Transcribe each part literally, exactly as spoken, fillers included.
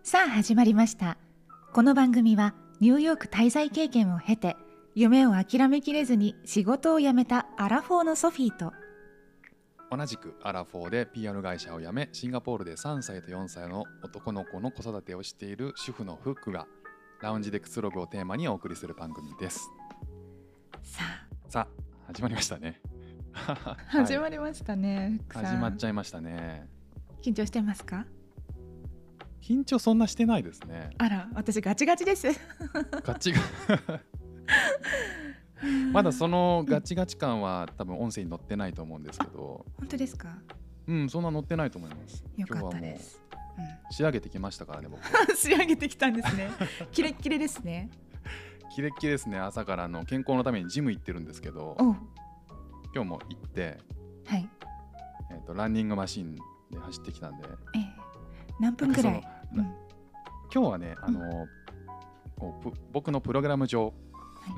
さあ始まりました。この番組はニューヨーク滞在経験を経て夢を諦めきれずに仕事を辞めたアラフォーのソフィーと同じくアラフォーで ピーアール 会社を辞めシンガポールでさんさいとよんさいの男の子の子育てをしている主婦のフックがラウンジでくつろぐをテーマにお送りする番組です。 さあさあ始まりましたね始まりましたね、 はい、始まっちゃいましたね。 緊張してますか？ 緊張そんなしてないですね。 あら、私ガチガチですガチがまだそのガチガチ感は多分音声に載ってないと思うんですけど。 本当ですか？ うんそんな載ってないと思います。 よかったです。 今日はもう仕上げてきましたからね僕仕上げてきたんですねキレッキレですね。 キレッキレですね。朝からの健康のためにジム行ってるんですけど今日も行って、 はいえーと、ランニングマシンで走ってきたんで、 えー、何分くらい、 うん、今日はね、あのーうん、こう僕のプログラム上、はい、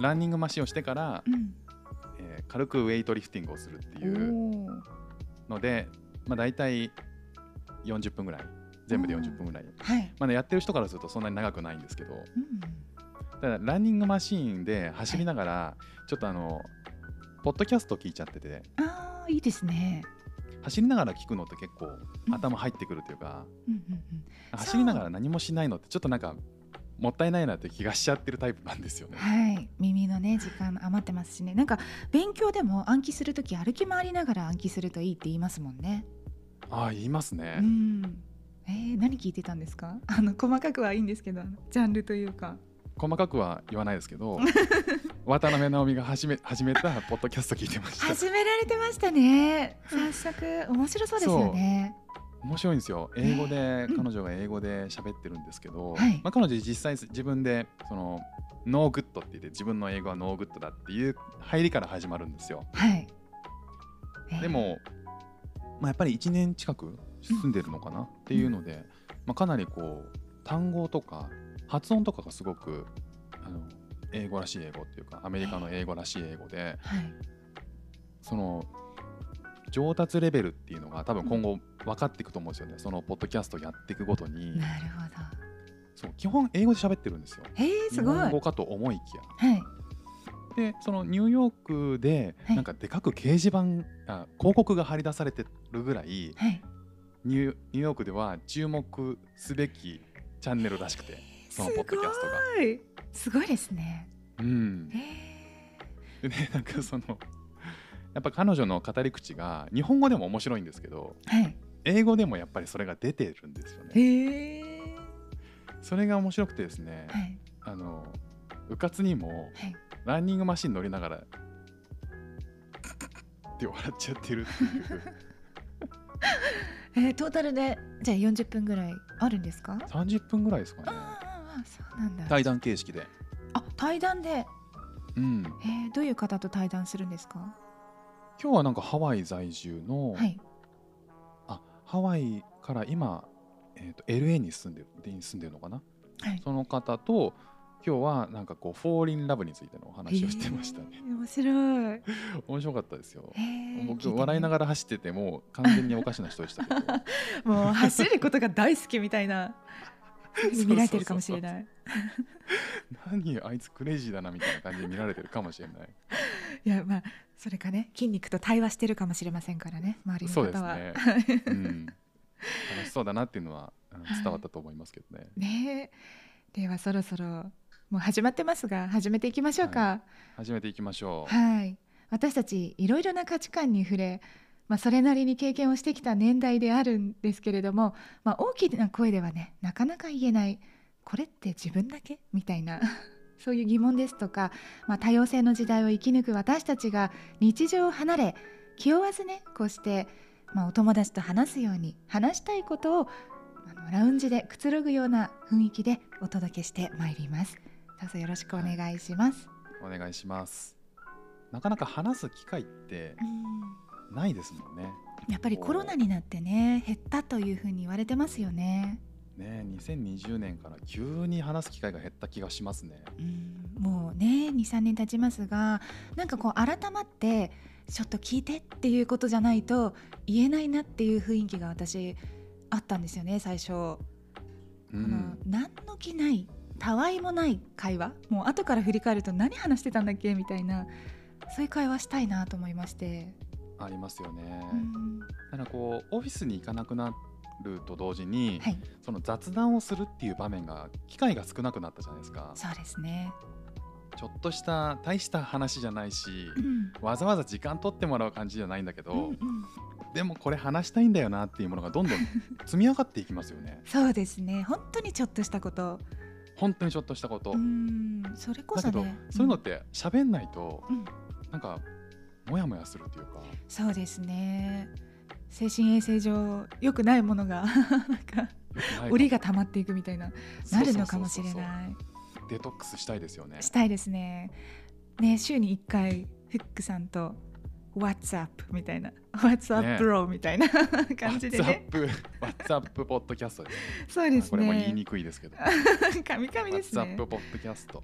ランニングマシンをしてから、うんえー、軽くウェイトリフティングをするっていうので、まあ、大体よんじゅっぷんぐらい全部でよんじゅっぷんぐらい、はいまあね、やってる人からするとそんなに長くないんですけど、うん、ただランニングマシンで走りながら、はい、ちょっとあのポッドキャスト聞いちゃってて、 あーいいですね。 走りながら聞くのって結構頭入ってくるというか、うんうんうんうん、走りながら何もしないのってちょっとなんかもったいないなって気がしちゃってるタイプなんですよね。 はい耳のね時間余ってますしね。なんか勉強でも暗記するとき歩き回りながら暗記するといいって言いますもんね。 ああ言いますね。 うんえー、何聞いてたんですか？あの細かくはいいんですけどジャンルというか細かくは言わないですけど渡辺直美が始め始めたポッドキャスト聞いてました。 始められてましたね。早速面白そうですよね。 面白いんですよ。英語で、えー、彼女が英語で喋ってるんですけど、 はいまあ、彼女実際自分でそのノーグッドって言って自分の英語はノーグッドだっていう入りから始まるんですよ。 はいえー、でも、まあ、やっぱりいちねん近く住んでるのかな、うん、っていうので、まあ、かなりこう単語とか発音とかがすごくあの英語らしい英語っていうかアメリカの英語らしい英語で、はい、その上達レベルっていうのが多分今後分かっていくと思うんですよね。そのポッドキャストやっていくごとに。 なるほど。 そう基本英語で喋ってるんですよ。 へーすごい。 日本語かと思いきや、 はい、 でそのニューヨークでなんかでかく掲示板、はい、あ広告が貼り出されてるぐらい、はい、ニュー、ニューヨークでは注目すべきチャンネルらしくてそのポッドキャストがすごいすごいですね。 うん、でねなんかそのやっぱ彼女の語り口が日本語でも面白いんですけど、はい、英語でもやっぱりそれが出てるんですよね。 へーそれが面白くてですね、はい、あのうかつにも、はい、ランニングマシン乗りながらって笑っちゃってるっていうえー、トータルでじゃあよんじゅっぷんぐらいあるんですか？ さんじゅっぷんぐらいですかね。 ああそうなんだ。 対談形式で。 あ対談で、 うんえー、どういう方と対談するんですか？ 今日はなんかハワイ在住の、はい、あハワイから今、えー、と エルエー に住んでるに住んでるのかな、はい、その方と今日はなんかこうフォーリンラブについてのお話をしてましたね。 面白い面白かったですよ。僕笑いながら走っててもう完全におかしな人でしたけどもう走ることが大好きみたいな見られてるかもしれない何あいつクレイジーだなみたいな感じで見られてるかもしれないいやまあそれかね筋肉と対話してるかもしれませんからね周りの方は。 そうですね、うん、楽しそうだなっていうのは伝わったと思いますけどね。 ねではそろそろもう始まってますが始めていきましょうか。 はい、始めていきましょう。 はい、私たちいろいろな価値観に触れ、まあ、それなりに経験をしてきた年代であるんですけれども、まあ、大きな声ではねなかなか言えないこれって自分だけみたいなそういう疑問ですとか、まあ、多様性の時代を生き抜く私たちが日常を離れ気負わずねこうして、まあ、お友達と話すように話したいことをあのラウンジでくつろぐような雰囲気でお届けしてまいります。どうぞよろしくお願いします。 はい、お願いします。なかなか話す機会ってないですもんね。 やっぱりコロナになってね減ったというふうに言われてますよね。 ねにせんにじゅうねんから急に話す機会が減った気がしますね。 うんもうね にさんねん経ちますがなんかこう改まってちょっと聞いてっていうことじゃないと言えないなっていう雰囲気が私あったんですよね最初。 この何の気ないたわいもない会話、もう後から振り返ると何話してたんだっけみたいな、そういう会話したいなと思いまして。 ありますよね。だからこうオフィスに行かなくなると同時に、はい、その雑談をするっていう場面が機会が少なくなったじゃないですか。 そうですね。 ちょっとした大した話じゃないし、うん、わざわざ時間取ってもらう感じじゃないんだけど、うんうん、でもこれ話したいんだよなっていうものがどんどん積み上がっていきますよね。 そうですね。本当にちょっとしたこと本当にちょっとしたこと。 うん、それこそね。 だけどそういうのって喋んないと、うん、なんかモヤモヤするというか。 そうですね。精神衛生上良くないものがなんか檻が溜まっていくみたいななるのかもしれない。 デトックスしたいですよね。 したいですね。ね、週にいっかいフックさんと What's up みたいな What's up bro、ね、みたいな感じでね。 What's up ポッドキャストですね。 そうですね。 これも言いにくいですけどカミカミですね。 What's up ポッドキャスト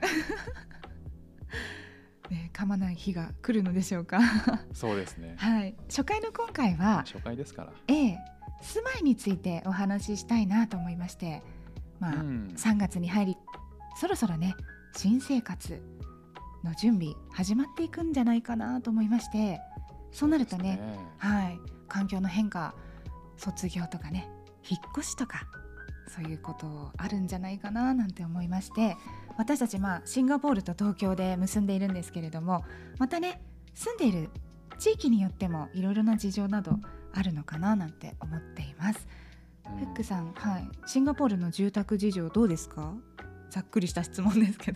ね、噛まない日が来るのでしょうかそうですね、 はい、初回の今回は初回ですから、 ええ、住まいについてお話ししたいなと思いまして、まあうん、さんがつに入りそろそろね新生活の準備始まっていくんじゃないかなと思いまして、そうなると ね, ね、はい、環境の変化、卒業とかね、引っ越しとかそういうことあるんじゃないかななんて思いまして、私たちまあシンガポールと東京で結んでいるんですけれども、またね住んでいる地域によってもいろいろな事情などあるのかななんて思っています。うん、フックさん、はい、シンガポールの住宅事情どうですか？ざっくりした質問ですけど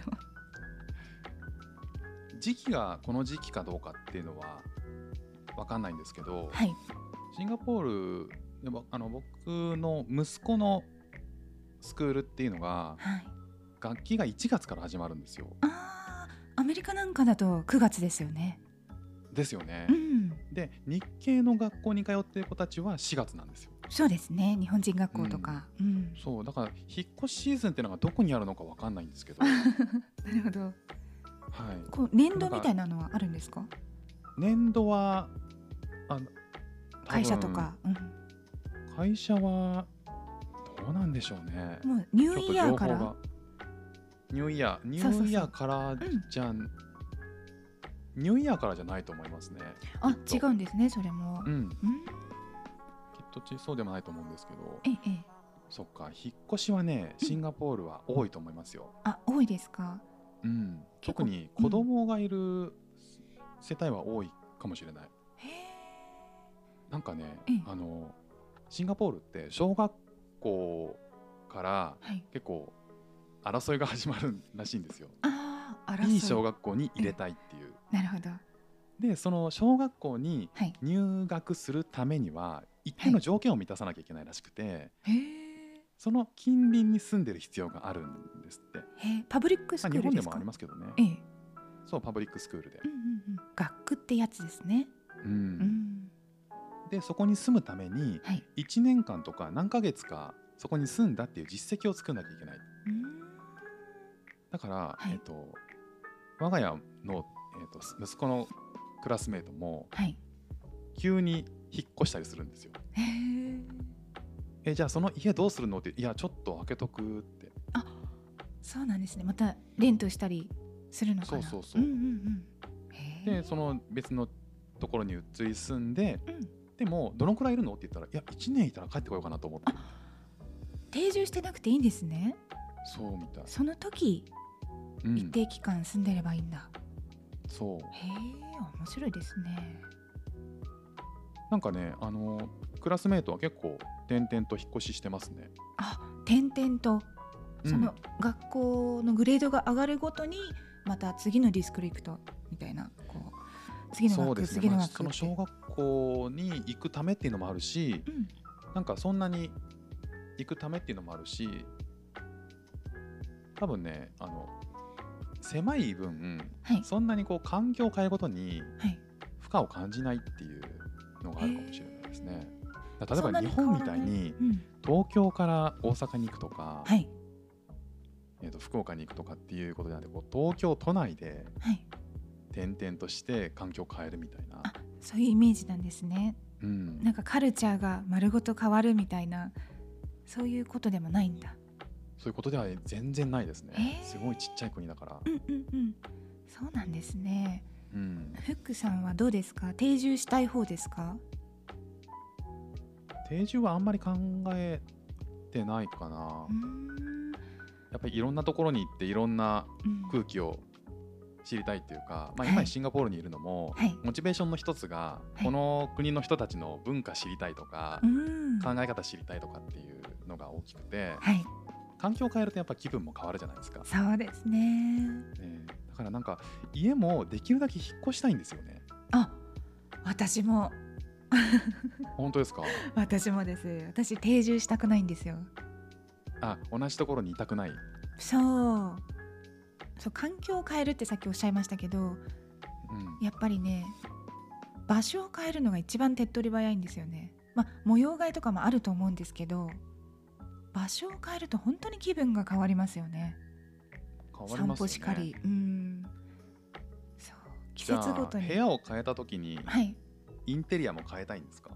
時期がこの時期かどうかっていうのは分かんないんですけど、 はい、 シンガポールでもあの僕の息子のスクールっていうのが、はい、楽器がいちがつから始まるんですよ。 あー、アメリカなんかだとくがつですよね。 ですよね、 うん、 で日系の学校に通っている子たちはしがつなんですよ。 そうですね、日本人学校とか、うんうん、 そうだから引っ越しシーズンっていうのがどこにあるのか分かんないんですけどなるほど、はい、こう年度みたいなのはあるんですか？ 年度はあ会社とか、うん、 会社はどうなんでしょうね。 もうニューイヤーからニューイヤーニューイヤーからじゃん、うん、ニューイヤーからじゃないと思いますね。 あ、違うんですね、それも、 うん、うん、きっとちそうでもないと思うんですけど、 ええ、 そっか、引っ越しはねシンガポールは多いと思いますよ。 うん、あ、多いですか？ うん、特に子供がいる世帯は多いかもしれない。 へー、なんかね、あのシンガポールって小学校から結構争いが始まるらしいんですよ。 ああ、争い。 いい小学校に入れたいっていう。 なるほど。 でその小学校に入学するためには一定の条件を満たさなきゃいけないらしくて、 はい、へその近隣に住んでる必要があるんですって。 へ、パブリックスクールですか？ 日本でもありますけどね、 ええ、 そう、パブリックスクールで、 うんうんうん、学区ってやつですね。 うん、うん、でそこに住むためにいちねんかんとか何ヶ月かそこに住んだっていう実績を作んなきゃいけない。うん、だから、はい、えーと、我が家の、えーと、息子のクラスメートも、はい、急に引っ越したりするんですよ。 へー、 えじゃあその家どうするのって、いやちょっと開けとくって。 あ、そうなんですね。またレントしたりするのかな。 そうそうそう、 うんうんうん、 でその別のところに移り住んで、うん、でもどのくらいいるのって言ったら、いやいちねんいたら帰ってこようかなと思って。 定住してなくていいんですね。 そうみたい。 その時、うん、一定期間住んでればいいんだ。 そう。 へえ、面白いですね。 なんかね、あのクラスメートは結構転々と引っ越ししてますね。 あ、転々と、その学校のグレードが上がるごとにまた次のディスクリクトみたいな、こう次の学区、ね、次の学区って、 その小学校に行くためっていうのもあるし、うん、なんかそんなに行くためっていうのもあるし、多分ね、あの狭い分、はい、そんなにこう環境を変えるごとに負荷を感じないっていうのがあるかもしれないですね。例えば日本みたいに東京から大阪に行くとか、はい、えーと福岡に行くとかっていうことじゃなくて、こう東京都内で転々として環境を変えるみたいな、 あ、そういうイメージなんですね。うん、なんかカルチャーが丸ごと変わるみたいな、そういうことでもないんだ。 そういうことでは全然ないですね、 えー、 すごいちっちゃい国だから。 うんうんうん、そうなんですね、 うん、 フックさんはどうですか？定住したい方ですか？ 定住はあんまり考えてないかな。 うーん、 やっぱりいろんなところに行っていろんな空気を知りたいっていうか、うん、まあ、今シンガポールにいるのも、はい、モチベーションの一つが、はい、この国の人たちの文化知りたいとか、うん、考え方知りたいとかっていうのが大きくて、はい、環境を変えるとやっぱ気分も変わるじゃないですか。 そうですね。 ね、だからなんか家もできるだけ引っ越したいんですよね。 あ、私も本当ですか？ 私もです。私定住したくないんですよ。 あ、同じところにいたくない。 そうそう、環境を変えるってさっきおっしゃいましたけど、うん、やっぱりね、場所を変えるのが一番手っ取り早いんですよね。まあ模様替えとかもあると思うんですけど、場所を変えると本当に気分が変わりますよね。 変わりますよね。散歩しかり、 うん、そう、季節ごとに。 部屋を変えた時に、はい、インテリアも変えたいんですか？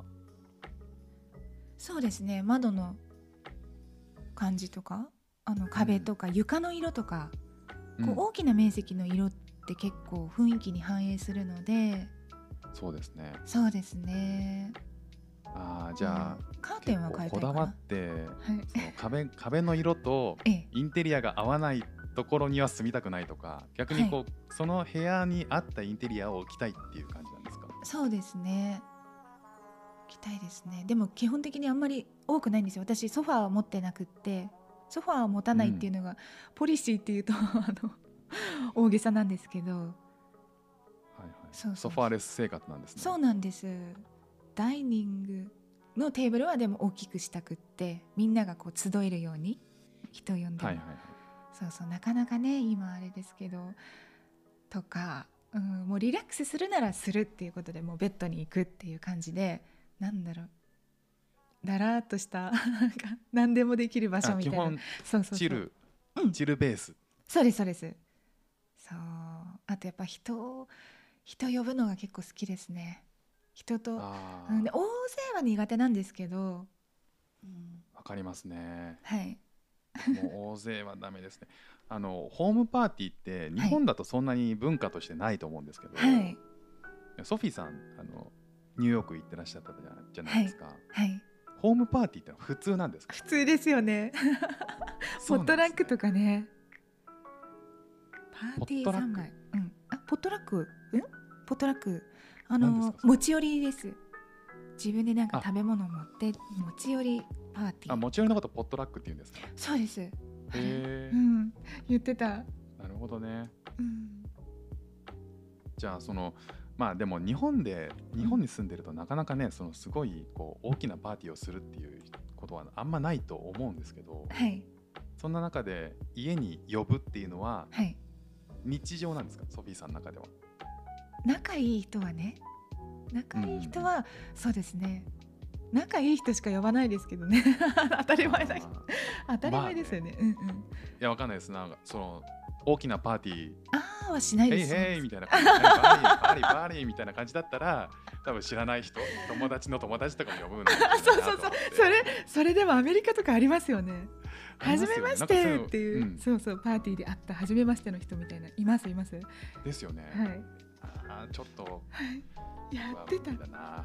そうですね、窓の感じとか、あの壁とか床の色とか、うん、こう大きな面積の色って結構雰囲気に反映するので。 そうですね。 そうですね。 あ、じゃあ、うん、 カーテンは変えたいかな。 こだわって、はい、その 壁, 壁の色とインテリアが合わないところには住みたくないとか、逆にこう、はい、その部屋に合ったインテリアを置きたいっていう感じなんですか？ そうですね、置きたいですね。でも基本的にあんまり多くないんですよ。私ソファーを持ってなくって、ソファーを持たないっていうのが、うん、ポリシーっていうとあの大げさなんですけど、はいはい、 そうそうそう、ソファーレス生活なんですね。 そうなんです。ダイニングのテーブルはでも大きくしたくって、みんながこう集えるように人を呼んで、はいはいはい、そうそう、なかなかね今あれですけどとか、うん、もうリラックスするならするっていうことで、もうベッドに行くっていう感じで、なんだろう、だらーっとしたなんか何でもできる場所みたいな。基本そうそうそう、 チル、うん、チルベース。 そうですそうです。そう、あとやっぱ人人呼ぶのが結構好きですね。人と、うん、で大勢は苦手なんですけど、わ、 うん、かりますね。 はい。 もう大勢はダメですね。あのホームパーティーって日本だとそんなに文化としてないと思うんですけど、はい、ソフィーさんあのニューヨーク行ってらっしゃったじゃないですか、はいはい、ホームパーティーって普通なんですか？ 普通ですよねポットラックとかね、パーティー三昧、うん、あ、ポットラック、うんポットラック、あの持ち寄りです。自分でなんか食べ物を持って持ち寄りパーティー。 あ、持ち寄りのことポットラックって言うんですか？ そうです。へえ、 うん、言ってた。 なるほどね、うん、じゃあそのまあでも日本で日本に住んでるとなかなかね、そのすごいこう大きなパーティーをするっていうことはあんまないと思うんですけど、はい、そんな中で家に呼ぶっていうのは日常なんですか？ソフィーさんの中では。 仲いい人はね、仲いい人は、うん、そうですね、仲いい人しか呼ばないですけどね当たり前だ当たり前ですよね、まあね、うんうん、いやわかんないです。なんかその大きなパーティーあーはしないです。 ヘイヘイみたいな感じで、バーリーバーリーバーリーみたいな感じだったら多分知らない人、友達の友達とかも呼ぶんだそうそうそう、それそれでもアメリカとかありますよね。はじめましてっていう、うん、そうそう、パーティーで会ったはじめましての人みたいな、いますいますですよね。 はい、 あ、ちょっと、はい、 やってただな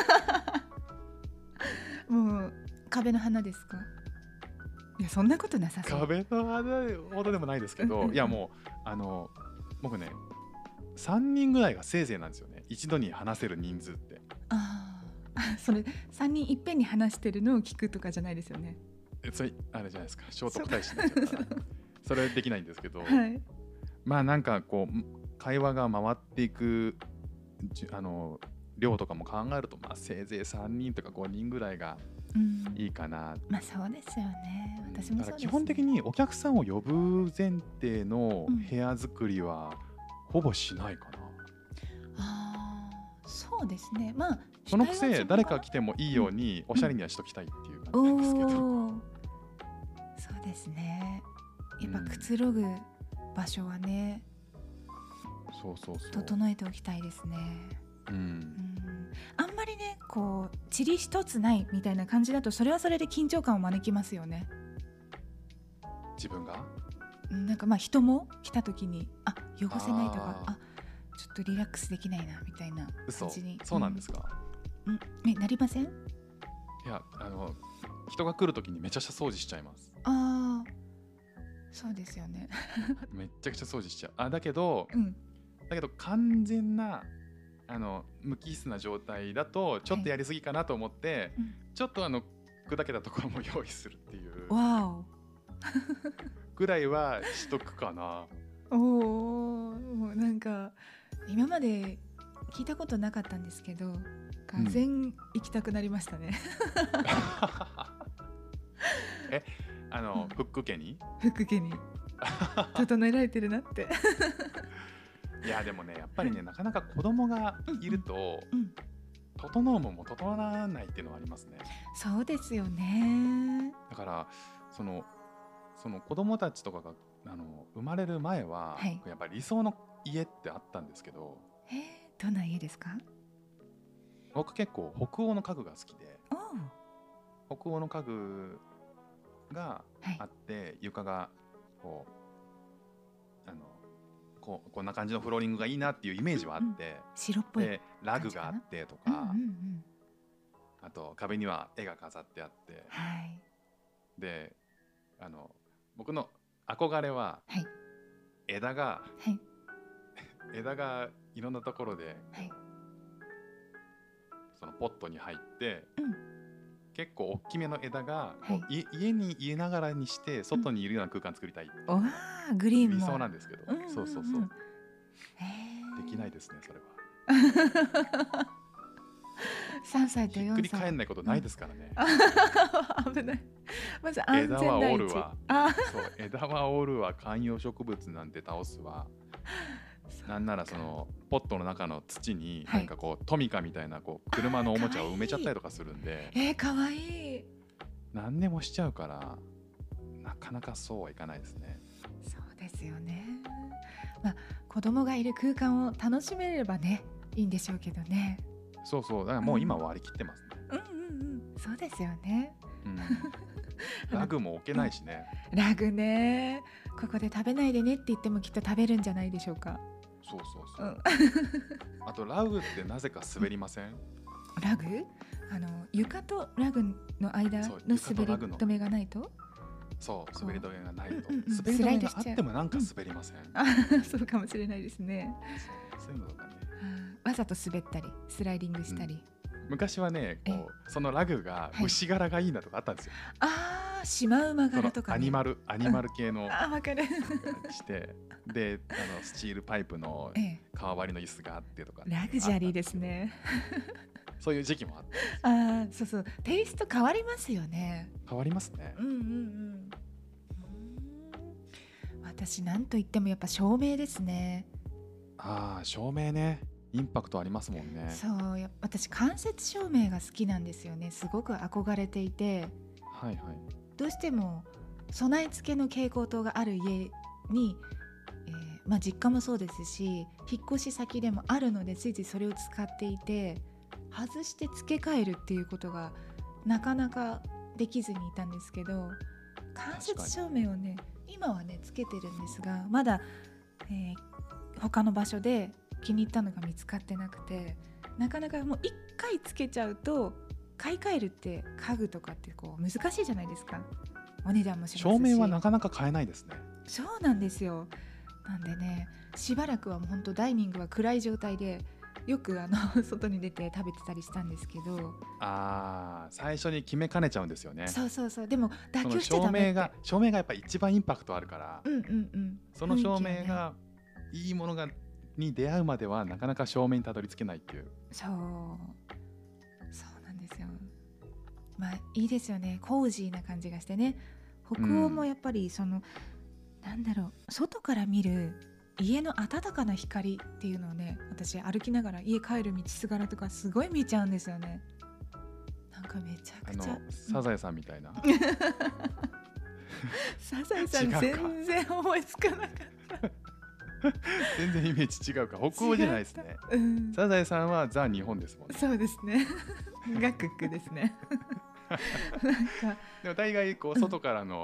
もう壁の花ですか？いや、そんなことなさそう。 壁の花ほどでもないですけど、いやもうあの僕ねさんにんぐらいがせいぜいなんですよね、一度に話せる人数って。 ああ、それさんにんいっぺんに話してるのを聞くとかじゃないですよね。 それあれじゃないですか、聖徳太子になっちゃうからそれできないんですけど、 はい、 まあなんかこう会話が回っていくあの量とかも考えると、まあせいぜいさんにんとかごにんぐらいがいいかな、うん、 まあそうですよね。私もそうですね。だから基本的にお客さんを呼ぶ前提の部屋作りはほぼしないかな、うん、 ああ、そうですね。まあそのくせ誰か来てもいいようにおしゃれにはしときたいっていう感じなんですけど、うん、 そうですね。やっぱくつろぐ場所はね、 うん、そうそうそう、 整えておきたいですね。うんうん、あんまりねこう塵一つないみたいな感じだと、それはそれで緊張感を招きますよね。 自分がなんかまあ人も来た時にあ汚せないとかあちょっとリラックスできないなみたいな感じに。 そうなんですか、 うん、えなりません？いやあの人が来る時にめちゃくちゃ掃除しちゃいます。 ああそうですよねめっちゃくちゃ掃除しちゃう。あだけど、 うん、 だけど完全なあの無機質な状態だとちょっとやりすぎかなと思って、はいうん、ちょっとあの砕けたところも用意するっていうわおぐらいはしとくかな。 おおもうなんか今まで聞いたことなかったんですけどがぜん行きたくなりましたね、 うん、えあの、うん、フック家にフック家に整えられてるなっていやでもねやっぱりねなかなか子供がいると、うんうん、整うもんも整わないっていうのはありますね。 そうですよね。 だからそのその子供たちとかがあの生まれる前は、はい、やっぱり理想の家ってあったんですけど。 えー、どんな家ですか？ 僕結構北欧の家具が好きで北欧の家具があって、はい、床がこうあのこうこんな感じのフローリングがいいなっていうイメージはあって、うんうん、 白っぽいでラグがあってとか、うんうんうん、あと壁には絵が飾ってあって、はい、であの僕の憧れは、はい、枝が、はい、枝がいろんなところで、はい、そのポットに入って、うん、結構大きめの枝がこう、はい、家にいながらにして外にいるような空間作りたい、 うん、あグリーンも理想なんですけど、うんうんうん、そうそうそうできないですねそれはさんさいとよんさいひっくり返んないことないですからね、 うん、危ないまず安全第一。枝は折るわそう枝は折るわ観葉植物なんて倒すわなんならそのポットの中の土になんかこうトミカみたいなこう車のおもちゃを埋めちゃったりとかするんで、 えー、かわいい何でもしちゃうからなかなかそうはいかないですね。 そうですよね、まあ、子供がいる空間を楽しめればねいいんでしょうけどね。 そうそうだからもう今は割り切ってますね、 うん、うんうんうんそうですよね、 うん、ラグも置けないしね、 うん、ラグねここで食べないでねって言ってもきっと食べるんじゃないでしょうか。 そうそうそう、うん、あとラグってなぜか滑りません？ ラグあの床とラグの間の滑り止めがないとそう滑り止めがないと、うんうんうん、滑り止めがあってもなんか滑りません、うん、 あそうかもしれないですね。 そう、そういうのとかねわざと滑ったりスライディングしたり、 うん、昔はねこうそのラグが牛柄がいいなとかあったんですよ、 はい、ああシマウマ柄とか、ね、 アニマルアニマル系の、 うん、あ分かるしてであのスチールパイプの革張りの椅子があってとか、 ね、ラグジュアリーですねそういう時期もあってあそうそうテイスト変わりますよね。 変わりますね。 うんうんうん私なんといってもやっぱ照明ですね。 ああ照明ねインパクトありますもんね。 そうや私間接照明が好きなんですよね。すごく憧れていて、 はいはい、 どうしても備え付けの蛍光灯がある家に、えーまあ、実家もそうですし引っ越し先でもあるのでついついそれを使っていて外して付け替えるっていうことがなかなかできずにいたんですけど間接照明をね今はねつけてるんですがまだ、えー、他の場所で気に入ったのが見つかってなくてなかなかもう一回つけちゃうと買い替えるって家具とかってこう難しいじゃないですか。お値段もしますし照明はなかなか買えないですね。 そうなんですよ。なんでねしばらくはもう本当ダイニングは暗い状態でよくあの外に出て食べてたりしたんですけどあ最初に決めかねちゃうんですよね。 そうそうそうでも妥協しちゃダメって照明が照明がやっぱ一番インパクトあるから、 うんうんうん、 その照明がいいものがに出会うまではなかなか照明にたどり着けないっていう。 そうそうなんですよ。まあいいですよねコージーな感じがしてね。北欧もやっぱりその、うん、なんだろう外から見る家の温かな光っていうのをね私歩きながら家帰る道すがらとかすごい見ちゃうんですよね。なんかめちゃくちゃあのサザエさんみたいなサザエさん全然思いつかなかった全然イメージ違うか北欧じゃないですね、うん、サザエさんはザ日本ですもんね。 そうですねがクックですねなんかでも大概こう外からの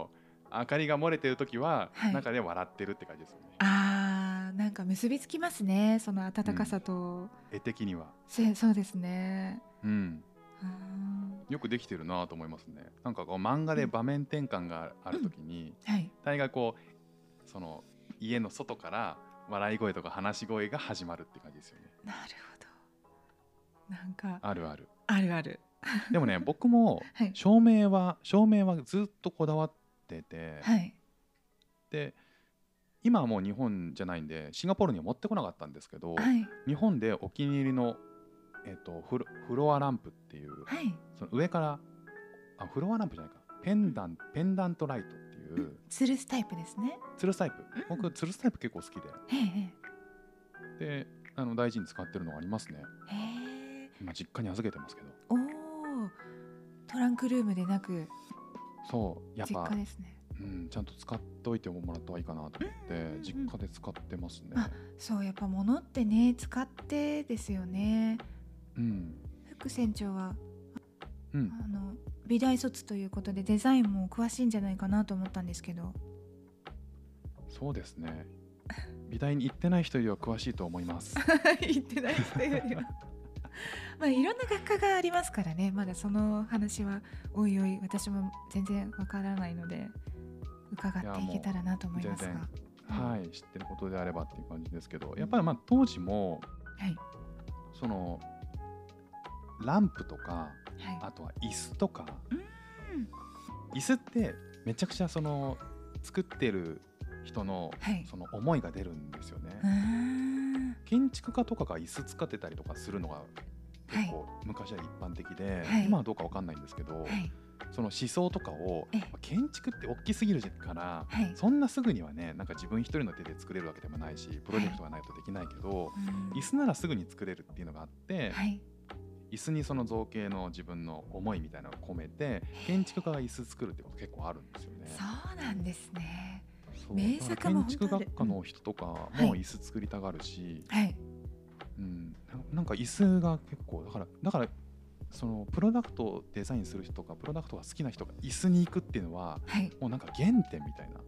明かりが漏れてる時は、 はい、 中で笑ってるって感じですよね。 あー、なんか結びつきますね、その温かさと、うん、 絵的にはそうですね、 うん、よくできてるなと思いますね。なんかこう漫画で場面転換がある時に、うんはい、大概こうその家の外から笑い声とか話し声が始まるって感じですよね。 なるほど、なんかあるあるあるあるでもね僕も照明は、はい、照明はずっとこだわってて、はい、で今はもう日本じゃないんでシンガポールには持ってこなかったんですけど、はい、日本でお気に入りの、えー、とフロ、フロアランプっていう、はい、その上からあフロアランプじゃないかペンダン、ペンダントライトっていう、 吊るすタイプですね。 吊るすタイプ、うん、僕吊るすタイプ結構好きで、へえであの大事に使ってるのがありますね。へ今実家に預けてますけど。 おトランクルームでなくそうやっぱ実家ですね。 うん、ちゃんと使っておいてもらった方がいいかなと思って、うんうんうん、実家で使ってますね。 あそうやっぱ物ってね使ってですよね。うん、副船長は、うん、あの美大卒ということでデザインも詳しいんじゃないかなと思ったんですけど。 そうですね美大に行ってない人よりは詳しいと思います行ってない人よりはまあいろんな学科がありますからね。まだその話はおいおい私も全然わからないので伺っていけたらなと思いますが、 はい、知ってることであればっていう感じですけど、やっぱりまあ当時も、はい、そのランプとか、はい、あとは椅子とか、うん、椅子ってめちゃくちゃその作ってる人の、はい、その思いが出るんですよね。建築家とかが椅子使ってたりとかするのが結構昔は一般的で、はい、今はどうかわかんないんですけど、はい、その思想とかを建築って大きすぎるから、はい、そんなすぐにはねなんか自分一人の手で作れるわけでもないしプロジェクトがないとできないけど、はい、椅子ならすぐに作れるっていうのがあって、はい、椅子にその造形の自分の思いみたいなのを込めて建築家が椅子作るってこと結構あるんですよね。 そうなんですね。 名作も建築学科の人とかも椅子作りたがるし、はいはいうん、なんか椅子が結構だからだからそのプロダクトをデザインする人とかプロダクトが好きな人が椅子に行くっていうのは、はい、もうなんか原点みたいな。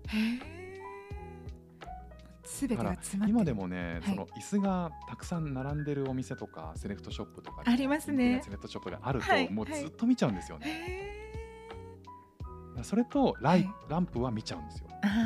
全てが詰まってる。 今でもね、はい、その椅子がたくさん並んでるお店とかセレクトショップとかありますね。 セレクトショップがあると、はい、もうずっと見ちゃうんですよね。はい、それとライ、はい、ランプは見ちゃうんですよ。 あ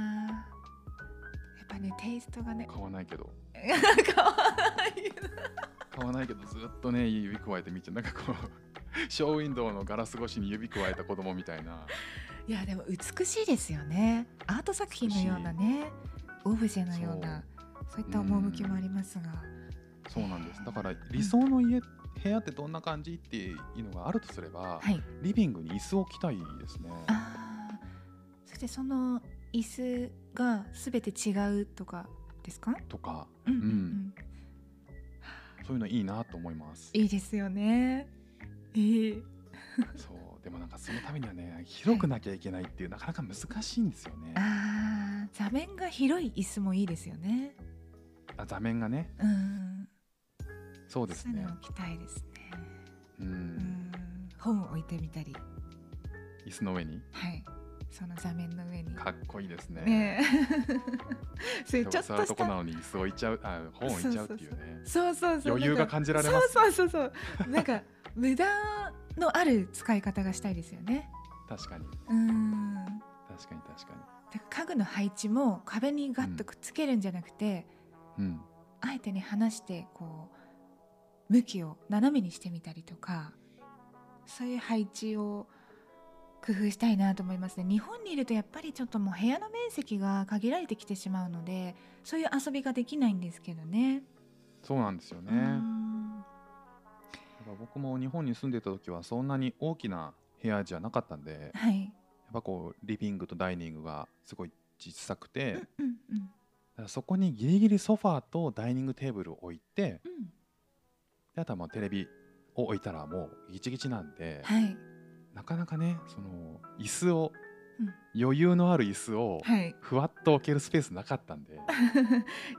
やっぱねテイストがね買わないけど買わないけど買わないけどずっとね指くわえて見ちゃう。なんかこうショーウィンドウのガラス越しに指くわえた子供みたいな。 いやでも美しいですよね。アート作品のようなねオブジェのようなそういった趣もありますが、 うん、そうなんです。だから理想の家、うん、部屋ってどんな感じっていうのがあるとすれば、はい、リビングに椅子を置きたいですね。 あそしてその椅子が全て違うとかですかとか、うんうんうん、そういうのいいなと思います。 いいですよね。えー、 そうでもなんかそのためにはね広くなきゃいけないっていう、はい、なかなか難しいんですよね。 あ座面が広い椅子もいいですよね。 あ座面がね、うん、そうですね。 そういうの置きたいですね。うんうん本を置いてみたり椅子の上に、 はいその座面の上にかっこいいですね。 ねそれちょっとしたとこなのに椅子置いちゃうあ本置いちゃうっていうね。 そうそうそう余裕が感じられます。 そうそうそうそうなんか無駄のある使い方がしたいですよね。 確かにうん確かに確かに。 だから家具の配置も壁にガッとくっつけるんじゃなくて、うん、あえてね離してこう向きを斜めにしてみたりとかそういう配置を工夫したいなと思いますね。日本にいるとやっぱりちょっともう部屋の面積が限られてきてしまうのでそういう遊びができないんですけどね。 そうなんですよね。だから僕も日本に住んでた時はそんなに大きな部屋じゃなかったんで、はい、やっぱこうリビングとダイニングがすごい小さくて、うんうんうん、だからそこにギリギリソファーとダイニングテーブルを置いて、うん、であとはもうテレビを置いたらもうギチギチなんで、はいなかなかねその椅子を、うん、余裕のある椅子をふわっと置けるスペースなかったんで、はい、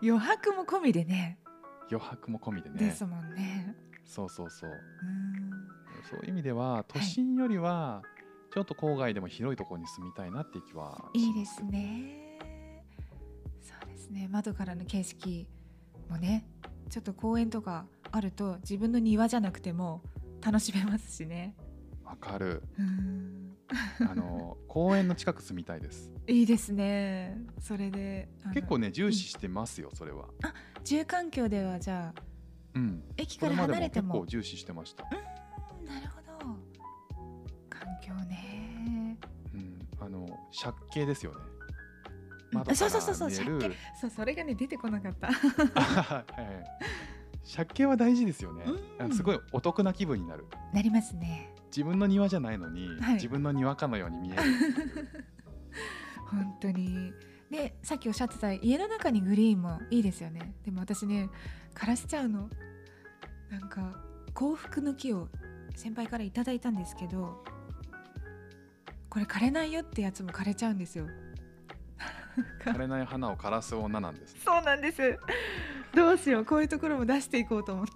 余白も込みでね余白も込みでねですもんね。 そうそうそううんそういう意味では都心よりはちょっと郊外でも広いところに住みたいなっていう気はします。 いいですね。そうですね。窓からの景色もね、ちょっと公園とかあると自分の庭じゃなくても楽しめますしね。 わかる。 うーんあの公園の近く住みたいです。 いいですね。それで結構ね重視してますよ、それは。 あ、住環境ではじゃあ、 うん、 駅から離れてもこれまでも結構重視してました。 うん、なるほど。環境ね。 うん、あの借景ですよね。 窓から見える、そうそうそうそう、借景。そう、それがね出てこなかった。 はいはい、借景は大事ですよね。うん、すごいお得な気分になる。 なりますね。 自分の庭じゃないのに、はい、自分の庭かのように見える。 本当に。で、さっきおっしゃってた家の中にグリーンもいいですよね。でも私ね、枯らしちゃうの。なんか幸福の木を先輩からいただいたんですけど、これ枯れないよってやつも枯れちゃうんですよ。 枯れない花を枯らす女なんです、ね、 そうなんです。どうしよう、こういうところも出していこうと思って。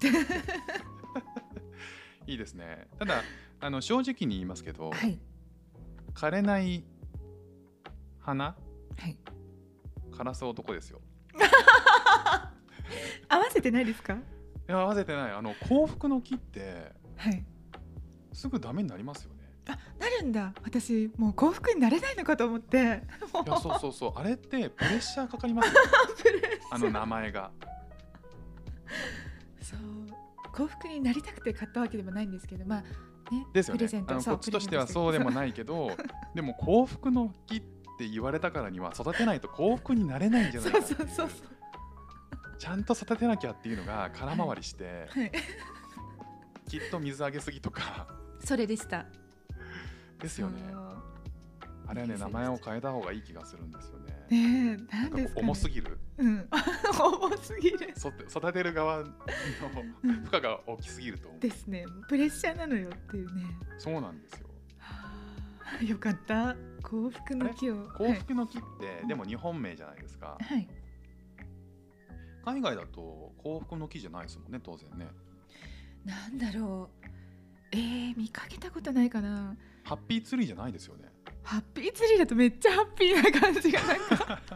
いいですね。ただあの正直に言いますけど、 はい、 枯れない花、 はい、 枯らす男ですよ。 合わせてないですか？ いや、合わせてない。あの幸福の木って、 はい、 すぐダメになりますよね。 あ、なるんだ。私もう幸福になれないのかと思って。いや、 そうそうそう、あれってプレッシャーかかりますよ。あの名前が。 そう、幸福になりたくて買ったわけでもないんですけど、まあね、 ですよね。あのこっちとしてはそうでもないけど、でも幸福の木って言われたからには育てないと幸福になれないんじゃないかっていう。そうそうそうそう、ちゃんと育てなきゃっていうのが空回りして、はいはい、きっと水あげすぎとか。 それでした。 ですよね。あれはね、名前を変えた方がいい気がするんですよね。 ねえ、なんですかね。 重すぎる。 うん、重すぎる。 育てる側の負荷が大きすぎると思う。 ですね。プレッシャーなのよっていうね。 そうなんですよ。 はあ、よかった。幸福の木を。 幸福の木って、はい、でも日本名じゃないですか。はい。海外だと幸福の木じゃないですもんね、当然ね。なんだろう。えー、見かけたことないかな。 ハッピーツリーじゃないですよね。 ハッピーツリーだとめっちゃハッピーな感じがなんか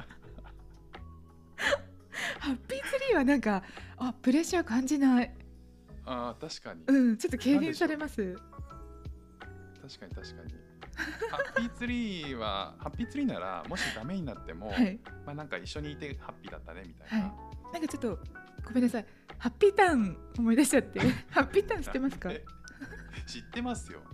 ハッピーツリーはなんか、あ、プレッシャー感じない。 あ、確かに。 うん、ちょっと軽減されます。 確かに確かに。ハッピーツリーはハッピーツリーならもしダメになっても、はい、まあなんか一緒にいてハッピーだったねみたいな。はい、 なんかちょっとごめんなさい。ハッピーターン思い出しちゃって。ハッピーターン知ってますか？ 知ってますよ。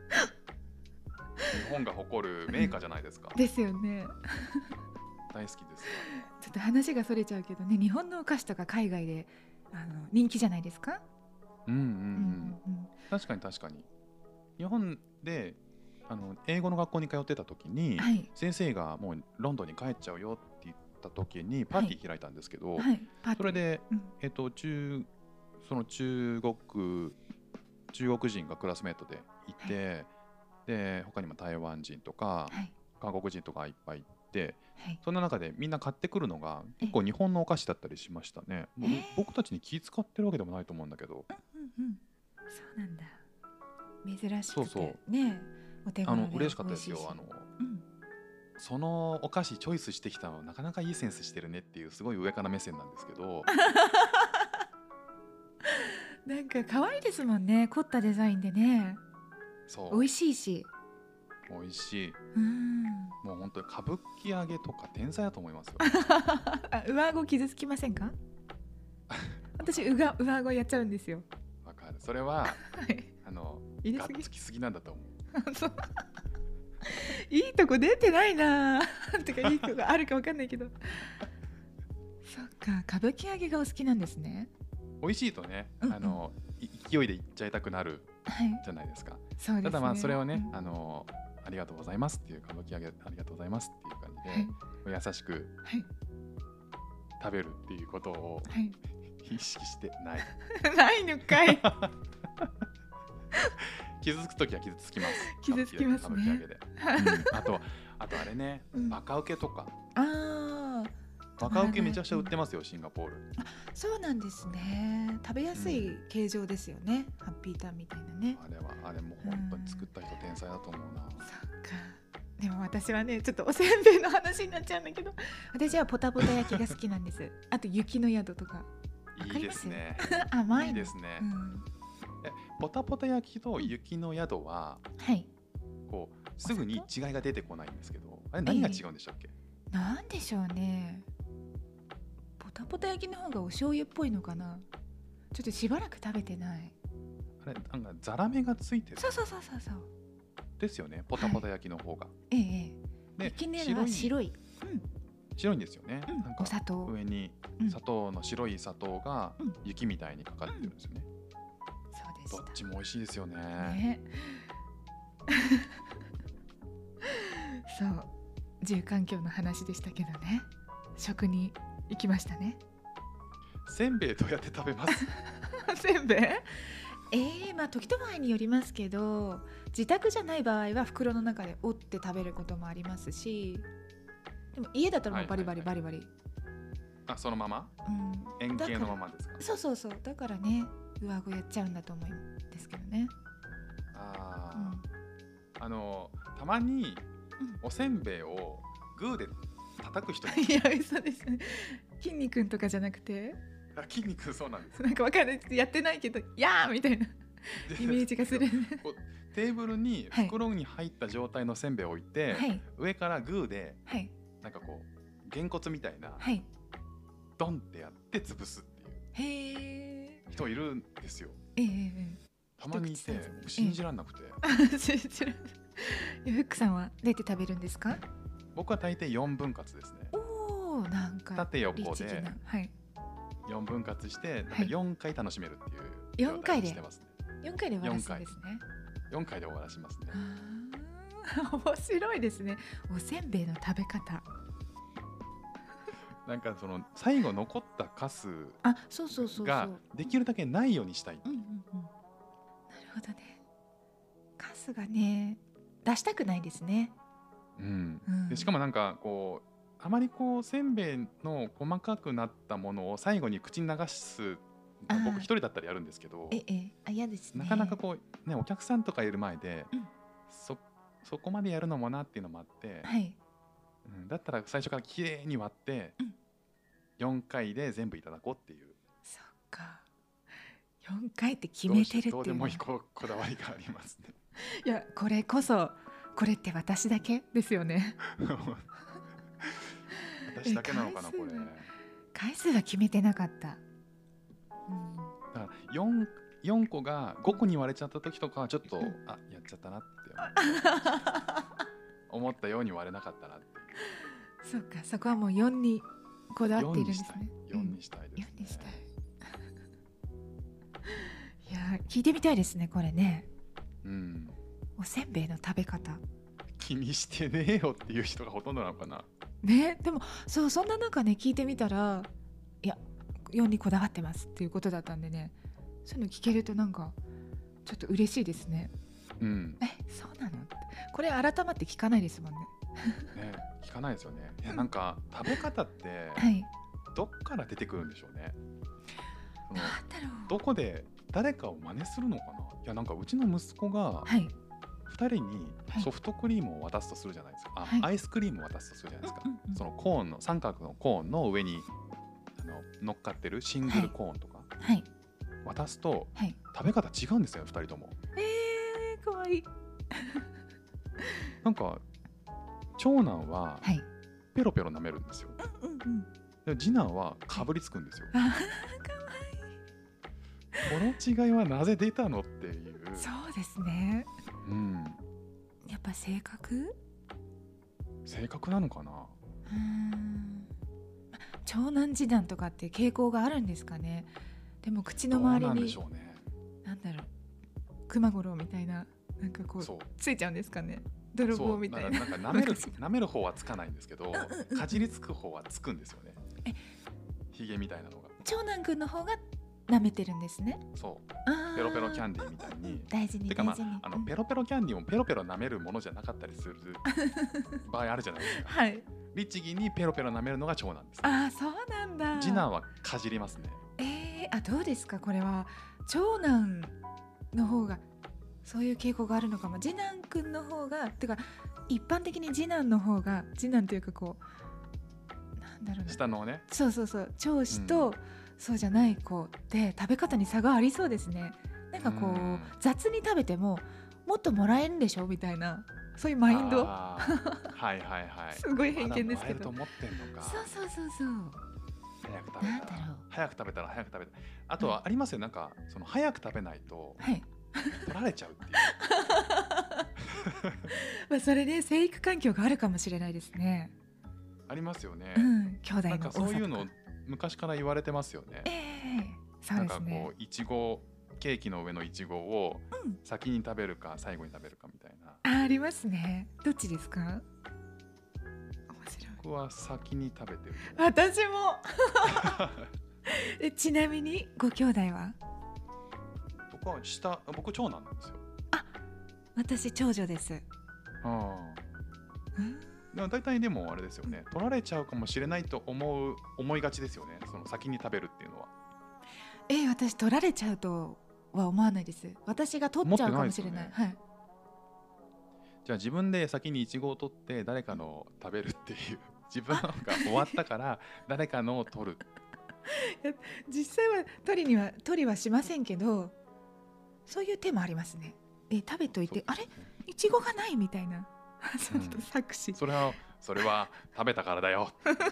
日本が誇る名家じゃないですか。 ですよね。 大好きです。 ちょっと話がそれちゃうけどね、日本のお菓子とか海外であの人気じゃないですか。 うんうんうん。うんうん、確かに確かに。日本であの英語の学校に通ってた時に、はい、先生がもうロンドンに帰っちゃうよって言った時にパーティー開いたんですけど、はいはい、それで、うん、えっと中その中国中国人がクラスメートでいて、はい、で他にも台湾人とか、はい、韓国人とかいっぱいいて、はい、そんな中でみんな買ってくるのが結構日本のお菓子だったりしましたね。もう僕たちに気使ってるわけでもないと思うんだけど、 うんうんうん、そうなんだ。珍しくて、そうそうね、お手頃であの嬉しかったですよ。あの、うん、そのお菓子チョイスしてきたのなかなかいいセンスしてるねっていうすごい上から目線なんですけどなんか可愛いですもんね、凝ったデザインでね。そう、美味しいし。 美味しい。うん、もう本当に歌舞伎揚げとか天才だと思いますよ。 あ、上顎傷つきませんか？私上顎やっちゃうんですよ。 わかる。それは、はい、あのがっつきすぎなんだと思う。 いいとこ出てないなとかいいとこあるかわかんないけど。そっか、歌舞伎揚げがお好きなんですね。 美味しいとね、うんうん、あの勢いでいっちゃいたくなるじゃないですか。はい、そうですね。ただまあそれをね、うん、あのありがとうございますっていう歌舞伎揚げありがとうございますっていう感じで、はい、優しく食べるっていうことを、はい、意識してない。 ないのかい。 傷つくときは傷つきます。 傷つきますね。 うん、あとあとあれね、うん、バカウケとか。 ああ、 バカウケめちゃくちゃ売ってますよ、うん、シンガポール。 あ、そうなんですね。食べやすい形状ですよね、うん、ハッピーターンみたいなね。 あれはあれも本当に作った人天才だと思うな、うん、 そっか。でも私はねちょっとおせんべいの話になっちゃうんだけど、私はポタポタ焼きが好きなんですあと雪の宿とか。 いいですね甘いのいいですね、 うん、 えポタポタ焼きと雪の宿は、 うん、はい、 こうすぐに違いが出てこないんですけど、あれ何が違うんでしたっけ？ えー、なんでしょうね。ポタポタ焼きの方がお醤油っぽいのかな。ちょっとしばらく食べてない。 あれなんかザラメがついてる。 そうそうそうそうそうですよね、ポタポタ焼きの方が、はい、 ええで雪の宿は白い、うん、 白いんですよね、 うん、 なんかお砂糖上に砂糖の白い砂糖が雪みたいにかかってるんですよね、うんうん、そうでした。 どっちも美味しいですよね。 ねそう住環境の話でしたけどね、食に行きましたね。 せんべいどうやって食べますせんべいえー、まあ時と場合によりますけど、自宅じゃない場合は袋の中で折って食べることもありますし、でも家だったらもうバリバリバリバリ、はいはいはい、あそのまま、うん、円形のままですか？ そうそうそう、だからね上顎やっちゃうんだと思うんですけどね。 あ、うん、あのたまにおせんべいをグーで叩く人いや嘘ですね。筋肉とかじゃなくて、 筋肉、そうなんです。 なんかわかんない、やってないけどやーみたいなイメージがするテーブルに袋に入った状態のせんべいを置いて、はい、上からグーで、はい、なんかこうげんこつみたいな、はい、ドンってやって潰すっていう人いるんですよ。えー、たまにいて信じらんなくて、えー、信じらんない。 フックさんはどうやって食べるんですか？ 僕は大抵よんぶん割ですね。 おー、なんか縦横でよんぶん割してなんかよんかい楽しめるっていう状態にしてますね。 よんかいで終わらすんですね。 よんかいで終わらしますね。 面白いですね、おせんべいの食べ方なんかその最後残ったカスができるだけないようにしたい。 うんうんうん、なるほどね。カスがね出したくないですね。 うんうん、でしかもなんかこうあまりこうせんべいの細かくなったものを最後に口に流す、僕一人だったらやるんですけど、 ええ、あ、嫌ですね。 なかなかこう、ね、お客さんとかいる前で、うん、そ, そこまでやるのもなっていうのもあって、はいうん、だったら最初からきれいに割って、うん、よんかいで全部いただこうっていう。 そっか、よんかいって決めてるっていうどうでもいい こ, こだわりがありますね。 いや、これこそこれって私だけですよね。 私だけなのかなこれ。 回数は決めてなかった、 うん、だから 4, よんこがごこに割れちゃった時とかはちょっと、うん、あやっちゃったなって思ったように割れなかったなっていう。 そうか、そこはもうよんにこだわっているんですね。 よんにしたいですね。 よんにしたい。いや聞いてみたいですねこれね。うん。おせんべいの食べ方気にしてねえよっていう人がほとんどなのかな。 ね、でもそうそんな中ね聞いてみたら、いやよんにこだわってますっていうことだったんでね、そういうの聞けるとなんかちょっと嬉しいですね。うん。え、そうなのってこれ改まって聞かないですもんね。 ね、聞かないですよね。いやなんか食べ方ってどっから出てくるんでしょうね。そのなんだろう。どこで誰かを真似するのかな。いやなんかうちの息子が、はい、ふたりにソフトクリームを渡すとするじゃないですか、はい、あアイスクリームを渡すとするじゃないですか、うんうんうん、そのコーンの三角のコーンの上にあの乗っかってるシングルコーンとか、はい、渡すと、はい、食べ方違うんですよふたりとも。 えー、かわいい。 なんか長男はペロペロ舐めるんですよ、うんうんうん、で次男はかぶりつくんですよ。かわいい。この違いはなぜ出たのっていう。 そうですね、うん、やっぱ性格性格なのかな。うーん、長男次男とかって傾向があるんですかね。でも口の周りにどうなんでしょうね。 なんだろう、熊五郎みたいななんかこうついちゃうんですかね。泥棒みたいな。 なんか舐める舐める方はつかないんですけどかじりつく方はつくんですよね。え、ヒゲみたいなのが。 長男くんの方が舐めてるんですね。 そうペロペロキャンディーみたいに大事にてか、ま大事に、 あ、あのペロペロキャンディーもペロペロ舐めるものじゃなかったりする場合あるじゃないですか。 はい。 律儀にペロペロ舐めるのが長男です。 ああ、そうなんだ。 次男はかじりますね。 えー、あ、どうですかこれは。長男の方がそういう傾向があるのかも。次男くんの方がてか一般的に次男の方が次男というかこうなんだろうな、 下のね、 そうそうそう、長子と、うん、そうじゃない子って食べ方に差がありそうですね。なんかこう、うん、雑に食べてももっともらえるんでしょみたいな、そういうマインドはいはいはい、 すごい偏見ですけど、 まだもらえると思ってんのか。 そうそうそうそう、 早く食べたら早く食べたら早く食べたらあとはありますよ、なんかその早く食べないと、はい、取られちゃうっていうまあそれね、生育環境があるかもしれないですね。 ありますよね、 うん、兄弟の多さとか。なんかそういうの昔から言われてますよね。 えー、そうですね。なんかこういちごケーキの上のいちごを先に食べるか最後に食べるかみたいな、 うん、あ, ありますね。どっちですか？面白い。 僕は先に食べてる。 私もえちなみにご兄弟は？ 僕は下、僕長男なんですよ。 あ、私長女です。 ああ、うん、でも大体でもあれですよね、取られちゃうかもしれないと思う思いがちですよね、その先に食べるっていうのは。 えー、私取られちゃうとは思わないです。私が取っちゃうかもしれない。ない、はい。 じゃあ自分で先にイチゴを取って誰かの食べるっていう自分のが終わったから誰かのを取る実際は取りには取りはしませんけど、そういう手もありますね。え食べといて、ね、あれイチゴがないみたいなちょっと作詞、 うん、それはそれは食べたからだよ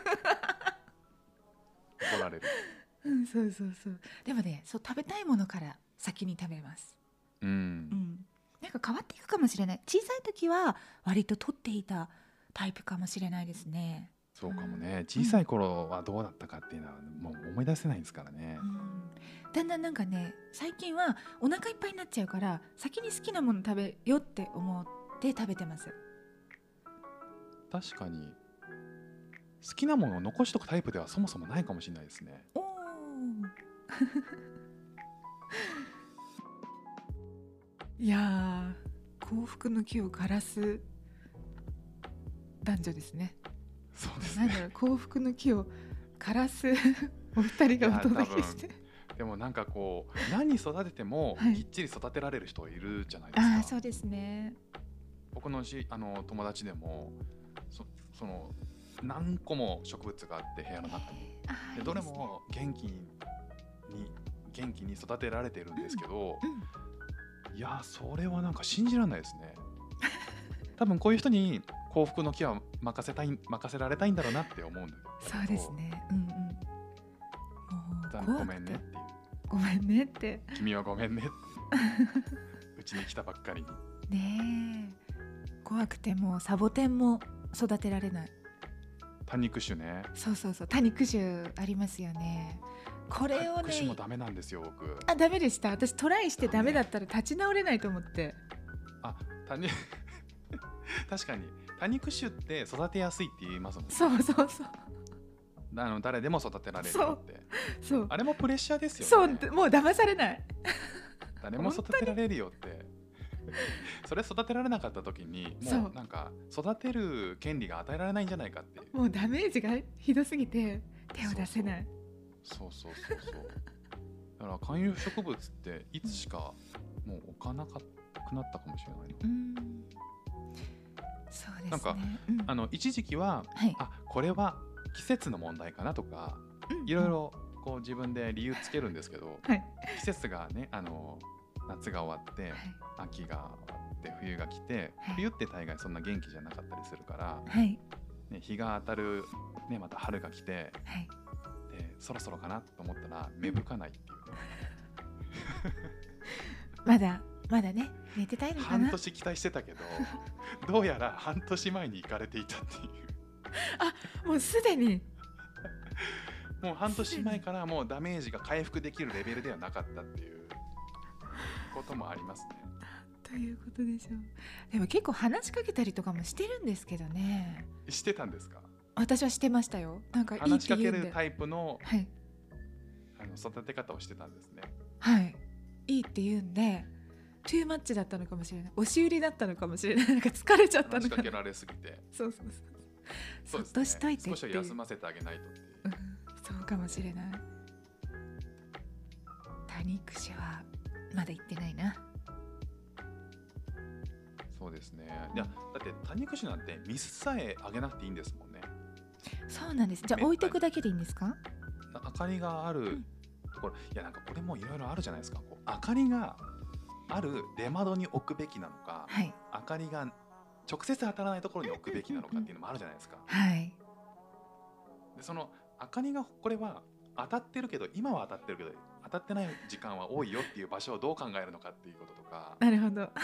怒られる。 うん、そうそうそう。でもね、そう食べたいものから先に食べます。 うん、うん、 なんか変わっていくかもしれない。小さい時は割と取っていたタイプかもしれないですね。 そうかもね、小さい頃はどうだったかっていうのはもう思い出せないですからね、 うん、だんだんなんかね、最近はお腹いっぱいになっちゃうから先に好きなもの食べよって思って食べてます。 確かに好きなものを残しとくタイプではそもそもないかもしれないですね。 おいや幸福の木を枯らす男女ですね。 そうですね。 なんだろう、幸福の木を枯らすお二人がお届けしてでもなんかこう何育ててもきっちり育てられる人いるじゃないですか、 はい、あ、そうですね。 僕のしあの友達でも そ, その何個も植物があって部屋の中にでどれも元気に元気に育てられてるんですけど、うんうん、いやそれはなんか信じられないですね多分こういう人に幸福の木は任せたい任せられたいんだろうなって思うんだけど。 そうですね、うんうん、 もうごめんねっていう、 ごめんねって君はごめんねってうちに来たばっかりにねえ、怖くてもうサボテンも育てられない。 多肉種ね。 そうそうそう、多肉種ありますよね。これをね、多肉種もダメなんですよ僕。 あ、ダメでした。私トライしてダメだったら立ち直れないと思って。 あ、多肉確かに多肉種って育てやすいって言いますもんね。 そうそうそう、 あの誰でも育てられるよって。 そう、 あれもプレッシャーですよね。 そう、もう騙されない誰も育てられるよってそれ育てられなかった時にもうなんか育てる権利が与えられないんじゃないかっていう、 もうダメージがひどすぎて手を出せない。 そうそうそうそうそうだから観葉植物っていつしかもう置かなくなったかもしれないの。 うん、そうですね。 なんか、うん、あの一時期は、はい、あこれは季節の問題かなとか、うん、いろいろこう自分で理由つけるんですけど、はい、季節がね、あの夏が終わって、はい、秋が終わって冬が来て、はい、冬って大概そんな元気じゃなかったりするから、はいね、日が当たる、ね、また春が来て、はい、でそろそろかなと思ったら芽吹かないっていう、ね、 まだまだね寝てたいのかな。 半年期待してたけどどうやら半年前に行かれていたっていうあ、もうすでにもう半年前からもうダメージが回復できるレベルではなかったっていうこともありますね。 ということでしょう。でも結構話しかけたりとかもしてるんですけどね。 してたんですか？ 私はしてましたよ。なんかいいって言うんで話しかけるタイプの、はい、へあの育て方をしてたんですね。 はい、いいって言うんでトゥーマッチだったのかもしれない、押し売りだったのかもしれない、なんか疲れちゃったのかな、 話しかけられすぎてそうそうそうそうですね、 そっとしといてっていう、 少しは休ませてあげないとっていう、 うん、そうかもしれない。多肉種はまだ行ってないな。 そうですね。いやだって多肉種なんて水さえあげなくていいんですもんね。 そうなんです。じゃあ置いとくだけでいいんですか？ 明かりがあるところ、うん、いやなんかこれもいろいろあるじゃないですか。こう明かりがある出窓に置くべきなのか、はい、明かりが直接当たらないところに置くべきなのかっていうのもあるじゃないですか。はい。でその明かりがこれは当たってるけど今は当たってるけど当たってない時間は多いよっていう場所をどう考えるのかっていうこととか。 なるほど。 だ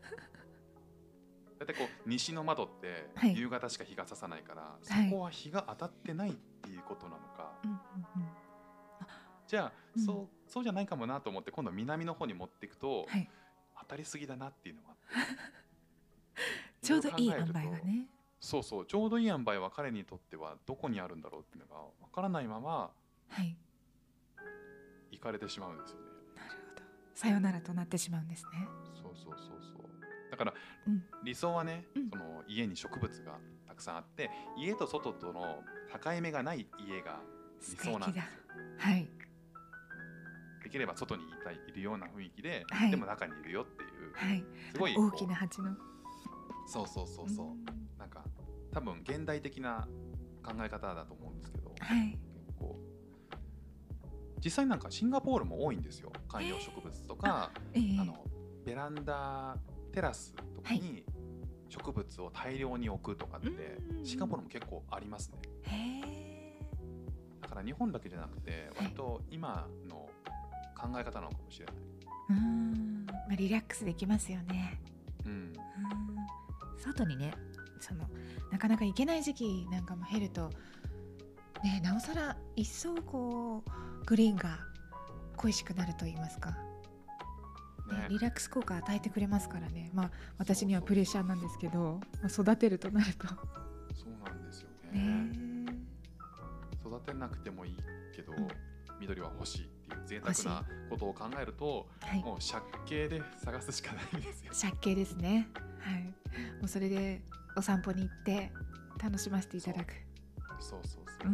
ってこう西の窓って夕方しか日が差さないから、はい、そこは日が当たってないっていうことなのか、はい、うんうんうん、じゃあ、うん、そう、そうじゃないかもなと思って今度南の方に持っていくと、はい、当たりすぎだなっていうのがあってちょうどいい塩梅がね。 そうそう、ちょうどいい塩梅は彼にとってはどこにあるんだろうっていうのが分からないまま、はい、行かれてしまうんですよね。 なるほど、さよならとなってしまうんですね。 そうそうそうそう。だから、うん、理想はね、うん、その家に植物がたくさんあって家と外との境目がない家が理想なんですよ。はい。できれば外にいたいいるような雰囲気で、はい、でも中にいるよっていう、はい、すごい大きな鉢の。 そうそうそうそう、うん、なんか多分現代的な考え方だと思うんですけど、はい、結構実際なんかシンガポールも多いんですよ、観葉植物とか、えー、あ, あのベランダテラスとかに植物を大量に置くとかって、はい、シンガポールも結構ありますね。へー。だから日本だけじゃなくて割と今の考え方なのかもしれない。 うーん、まあ、リラックスできますよね。うん、うん、外にね、そのなかなか行けない時期なんかも減ると、ね、なおさら一層こうグリーンが恋しくなると言いますか、ね、リラックス効果与えてくれますからね。まあ私にはプレッシャーなんですけど、まあ、育てるとなるとそうなんですよ ね, ね。育てなくてもいいけど、うん、緑は欲しいっていう贅沢なことを考えると、はい、もう借景で探すしかないですよ。 借景ですね。はい。もうそれでお散歩に行って楽しませていただく。 そうそうそうそう。 うん。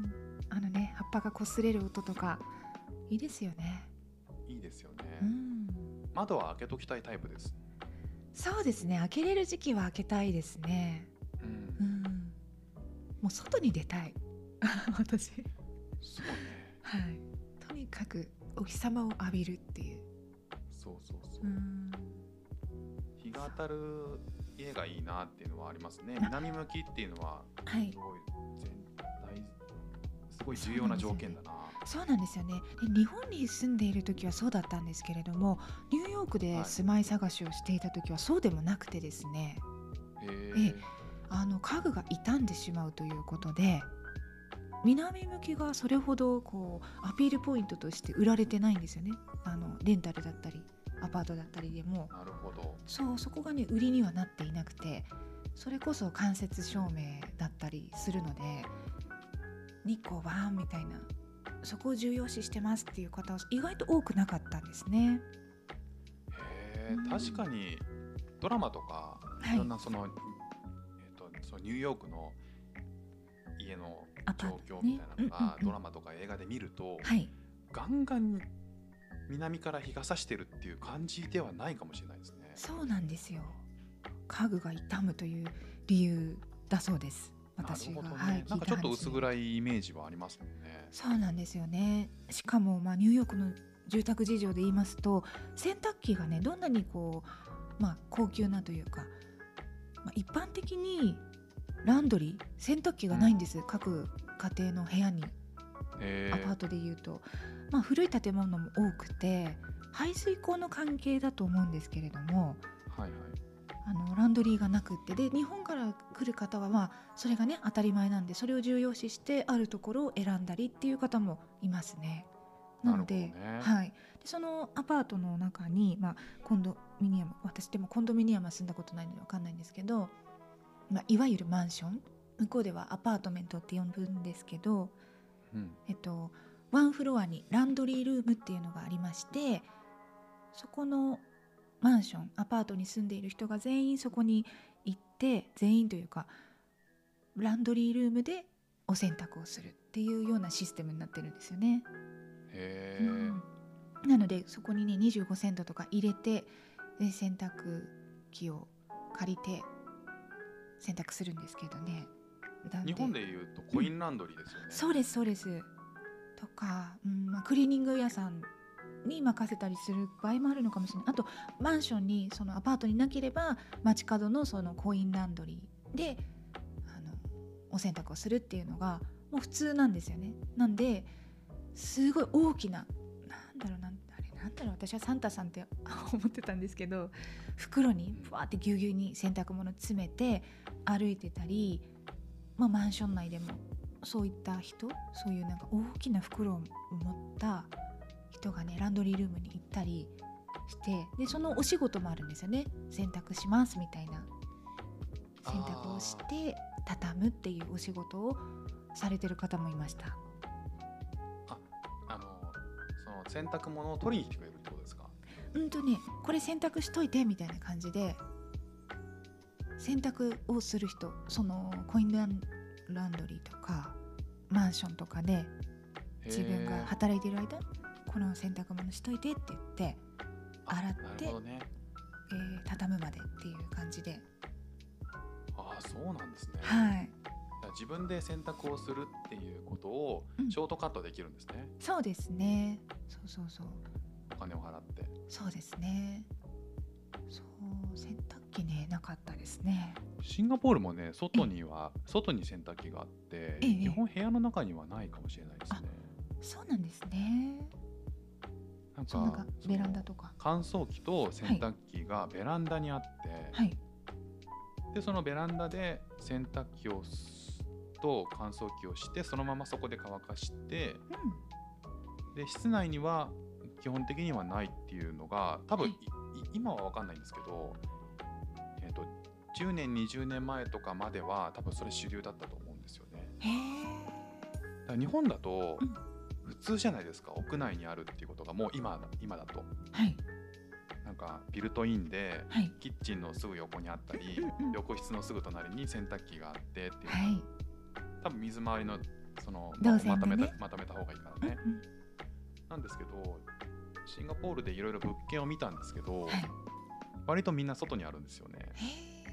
あのね、葉っぱが擦れる音とかいいですよね。 いいですよね。うん。窓は開けときたいタイプです。 そうですね。開けれる時期は開けたいですね。うん。うん、もう外に出たい。私。 そうね。 はい。とにかくお日様を浴びるっていう。 そうそうそう。うん、日が当たる家がいいなっていうのはありますね。南向きっていうのはすごい全体すごい重要な条件だな。 そうなんですよね。で日本に住んでいる時はそうだったんですけれども、ニューヨークで住まい探しをしていた時はそうでもなくてですね、はい、えあの家具が傷んでしまうということで、南向きがそれほどこうアピールポイントとして売られてないんですよね。あのレンタルだったりアパートだったりでも。 なるほど。 そうそこがね売りにはなっていなくて、それこそ間接照明だったりするので、日光バーンみたいな、そこを重要視してますっていう方は意外と多くなかったんですね。 へえ、うん、確かにドラマとか、はい、いろんなその、えーと、そのニューヨークの家の状況みたいなのが、ね、うんうんうん、ドラマとか映画で見ると、はい、ガンガン南から日が差してるっていう感じではないかもしれないですね。 そうなんですよ。家具が傷むという理由だそうです。私が、ね、 はい、なんかちょっと薄暗いイメージはありますもんね。 そうなんですよね。しかも、まあ、ニューヨークの住宅事情で言いますと、洗濯機がねどんなにこう、まあ、高級なというか、まあ、一般的にランドリー洗濯機がないんです、うん、各家庭の部屋に。アパートでいうと、まあ、古い建物も多くて排水溝の関係だと思うんですけれども、はいはい、あのランドリーがなくって、で日本から来る方はまあそれがね当たり前なんで、それを重要視してあるところを選んだりっていう方もいますね。なので、ね、はい、でそのアパートの中に、まあ、コンドミニアム、私でもコンドミニアムは住んだことないので分かんないんですけど、まあ、いわゆるマンション、向こうではアパートメントって呼ぶんですけど、うん、えっと、 ワンフロアにランドリールームっていうのがありまして、そこのマンションアパートに住んでいる人が全員そこに行って、全員というかランドリールームでお洗濯をするっていうようなシステムになってるんですよね。 へー、 うん、なのでそこにねにじゅうごセントとか入れて、で洗濯機を借りて洗濯するんですけどね。 日本でいうとコインランドリーですよね、 うん、そうですそうですとか、うんまあ、クリーニング屋さんに任せたりする場合もあるのかもしれない。あとマンションにそのアパートになければ街角のそのコインランドリーであのお洗濯をするっていうのがもう普通なんですよね。なんですごい大きな、なんだろうなんあれなんだろう私はサンタさんって思ってたんですけど、袋にふわってぎゅうぎゅうに洗濯物詰めて歩いてたり、まあ、マンション内でもそういった人、そういうなんか大きな袋を持った人がねランドリールームに行ったりして、でそのお仕事もあるんですよね。洗濯しますみたいな、洗濯をして畳むっていうお仕事をされてる方もいました。 あ、あのその洗濯物を取りに来てくれるってことですか？ うんとねこれ洗濯しといてみたいな感じで洗濯をする人、そのコインランドリーとかマンションとかで自分が働いている間この洗濯物しといてって言って洗って、ねえー、畳むまでっていう感じで。 ああ、そうなんですね。 はい。 自分で洗濯をするっていうことをショートカットできるんですね、 うん、そうですね。そうそうそう。 お金を払って。 そうですね。そう洗濯機ねなかったですね。 シンガポールもね外には外に洗濯機があって、ええ、基本部屋の中にはないかもしれないですね。 そうなんですね。 なんか、なんかベランダとか乾燥機と洗濯機がベランダにあって、はい、でそのベランダで洗濯機をと乾燥機をしてそのままそこで乾かして、うん、で室内には基本的にはないっていうのが多分、はい、今は分かんないんですけど、えーと、じゅうねんにじゅうねんまえとかまでは多分それ主流だったと思うんですよね。へー。だから日本だと、うん普通じゃないですか、屋内にあるっていうことがもう 今, 今だと、はい、なんかビルトインで、はい、キッチンのすぐ横にあったり、うんうん、浴室のすぐ隣に洗濯機があってっていう、はい、多分水回りのその、まねまとめた、まとめた方がいいからね、うんうん、なんですけどシンガポールでいろいろ物件を見たんですけど、はい、割とみんな外にあるんですよね。へ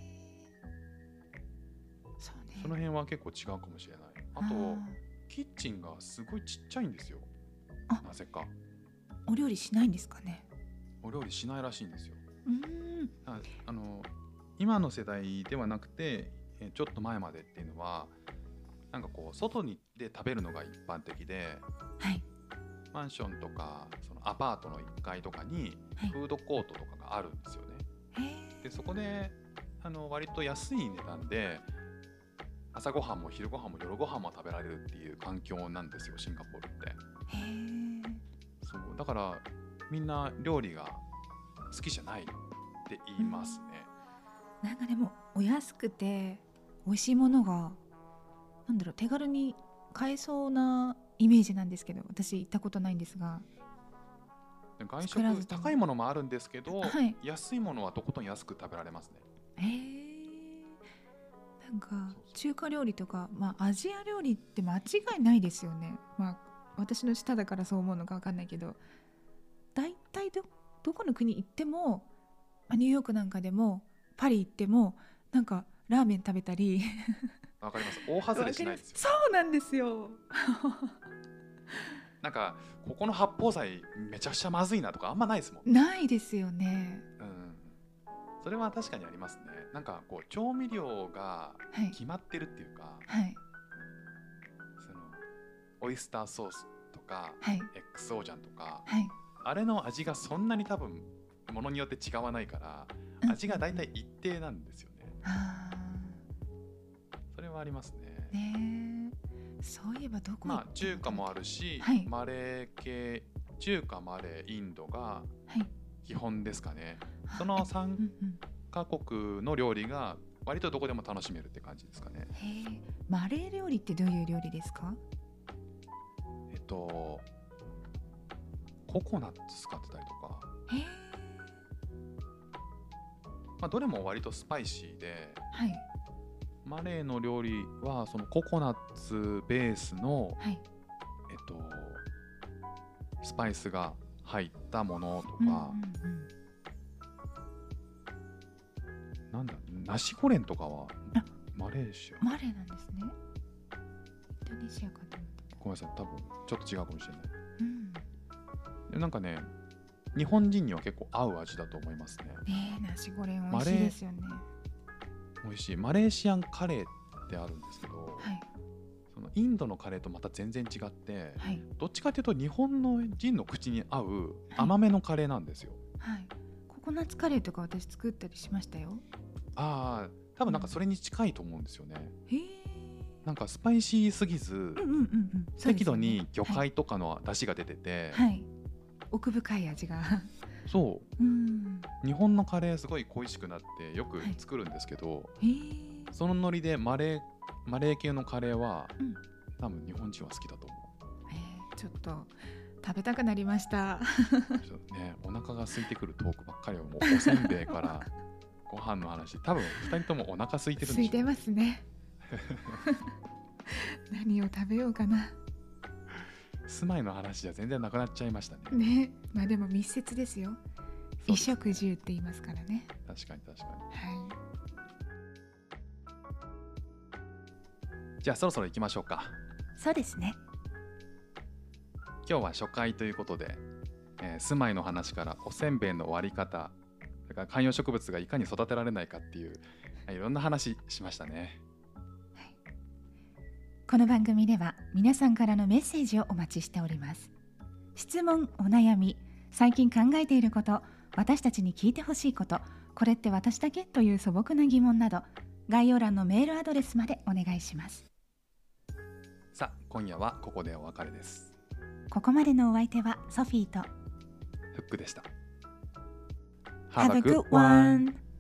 そうね、その辺は結構違うかもしれない。あとキッチンがすごいちっちゃいんですよ。なぜか。 お料理しないんですかね。 お料理しないらしいんですよ。うーん あ, あの今の世代ではなくてちょっと前までっていうのはなんかこう外にで食べるのが一般的で、はい、マンションとかそのアパートのいっかいとかにフードコートとかがあるんですよね。はい、でそこであの割と安い値段で朝ごはんも昼ごはんも夜ごはんも食べられるっていう環境なんですよ、シンガポールって。へー。そうだからみんな料理が好きじゃないって言いますね。 うん、なんかでもお安くて美味しいものがなんだろう手軽に買えそうなイメージなんですけど、私行ったことないんですが。 外食高いものもあるんですけど、はい、安いものはとことん安く食べられますね。 へー。なんか中華料理とか、まあ、アジア料理って間違いないですよね。まあ、私の舌だからそう思うのか分かんないけど、だいたい ど, どこの国行ってもニューヨークなんかでもパリ行ってもなんかラーメン食べたりわかります。大外れしないですよ。 そうなんですよなんかここの八宝菜めちゃくちゃまずいなとかあんまないですもん。 ないですよね。うん、 それは確かにありますね。なんかこう調味料が決まってるっていうか、はい、そのオイスターソースとか、はい、X オージャンとか、はい、あれの味がそんなに多分ものによって違わないから、うん、味がだいたい一定なんですよね。それはありますね。 ね、そういえばどこ行っても、 まあ中華もあるし、はい、マレー系、中華マレーインドが基本ですかね。はい、そのさんカ国の料理が割とどこでも楽しめるって感じですかね。 へー。マレー料理ってどういう料理ですか？ えっとココナッツ使ってたりとか、 へえ、 まあ、どれも割とスパイシーで、 はい、 マレーの料理はそのココナッツベースの、 はい、 えっと、スパイスが入ったものとか、 うんうんうん、 なんだナシゴレンとかはあ、 マレーシア、 マレーなんですね。インドネシアかと思ってた。 ごめんなさい、多分ちょっと違うかもしれない。 うん、 でなんかね、日本人には結構合う味だと思いますね。 ねえ、ナシゴレン美味しいですよね。 美味しい。マレーシアンカレーってあるんですけど、 はい、 そのインドのカレーとまた全然違って、 はい、 どっちかというと日本の人の口に合う甘めのカレーなんですよ。 はい、ココナッツカレーとか私作ったりしましたよ。 ああ、多分なんかそれに近いと思うんですよね。 へえ、 なんかスパイシーすぎず、 うんうんうんうん、 適度に魚介とかの出汁が出てて、 はい、はい、奥深い味がそう、 うん、 日本のカレーすごい恋しくなってよく作るんですけど、 はい、へえ、 そのノリでマレーマレー系のカレーは、 うん、 多分日本人は好きだと思う。 えー、ちょっと食べたくなりましたちょっとね、お腹が空いてくるトークばっかりはもうおせんべいからご飯の話、多分ふたりともお腹空いてるんでしょう。 空いてますね何を食べようかな。 住まいの話じゃ全然なくなっちゃいましたね。 ね、まあでも密接ですよ。衣食住って言いますからね。 確かに確かに。 はい。 じゃあそろそろ行きましょうか。 そうですね。 今日は初回ということで、えー、住まいの話からおせんべいの割り方、それから観葉植物がいかに育てられないかっていういろんな話しましたね。 はい、この番組では皆さんからのメッセージをお待ちしております。質問、お悩み、最近考えていること、私たちに聞いてほしいこと、これって私だけという素朴な疑問など、概要欄のメールアドレスまでお願いします。 さあ今夜はここでお別れです。 ここまでのお相手はソフィーとフックでした。 Have a good one!